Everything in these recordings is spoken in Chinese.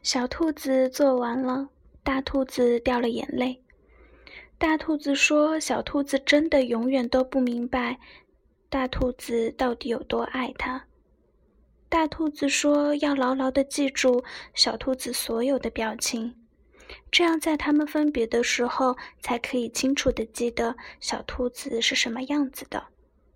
小兔子做完了，大兔子掉了眼泪。大兔子说，小兔子真的永远都不明白大兔子到底有多爱它。大兔子说，要牢牢地记住小兔子所有的表情，这样在它们分别的时候才可以清楚地记得小兔子是什么样子的。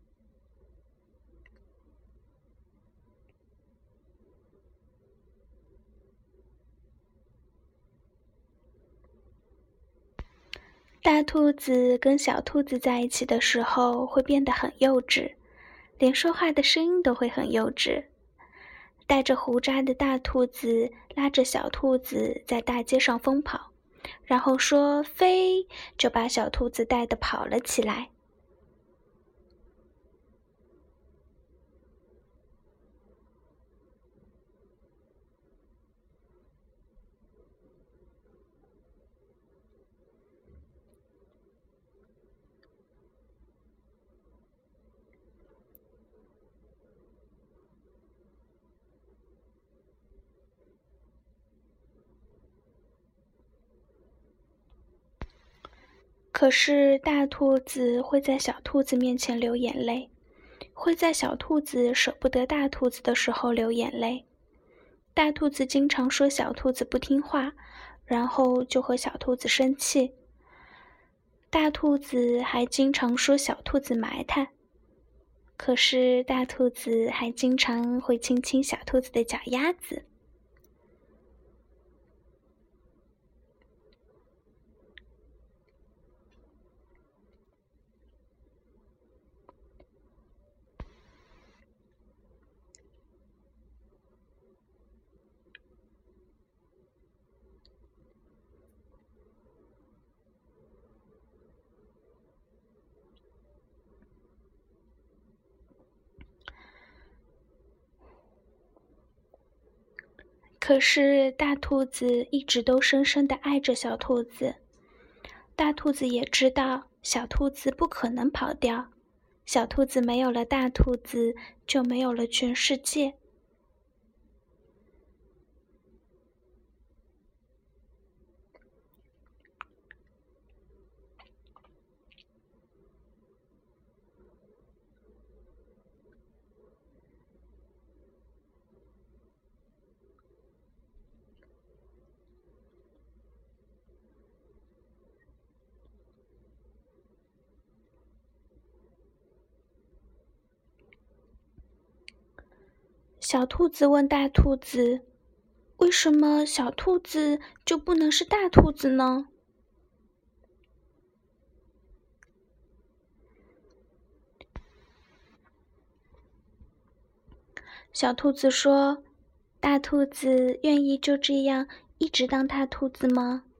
大兔子跟小兔子在一起的时候会变得很幼稚，连说话的声音都会很幼稚。带着胡渣的大兔子拉着小兔子在大街上疯跑，然后说飞，就把小兔子带得跑了起来。可是大兔子会在小兔子面前流眼泪，会在小兔子舍不得大兔子的时候流眼泪。大兔子经常说小兔子不听话，然后就和小兔子生气。大兔子还经常说小兔子埋汰，可是大兔子还经常会亲亲小兔子的脚丫子。可是大兔子一直都深深地爱着小兔子，大兔子也知道小兔子不可能跑掉，小兔子没有了大兔子，就没有了全世界。小兔子问大兔子，为什么小兔子就不能是大兔子呢？小兔子说，大兔子愿意就这样一直当大兔子吗？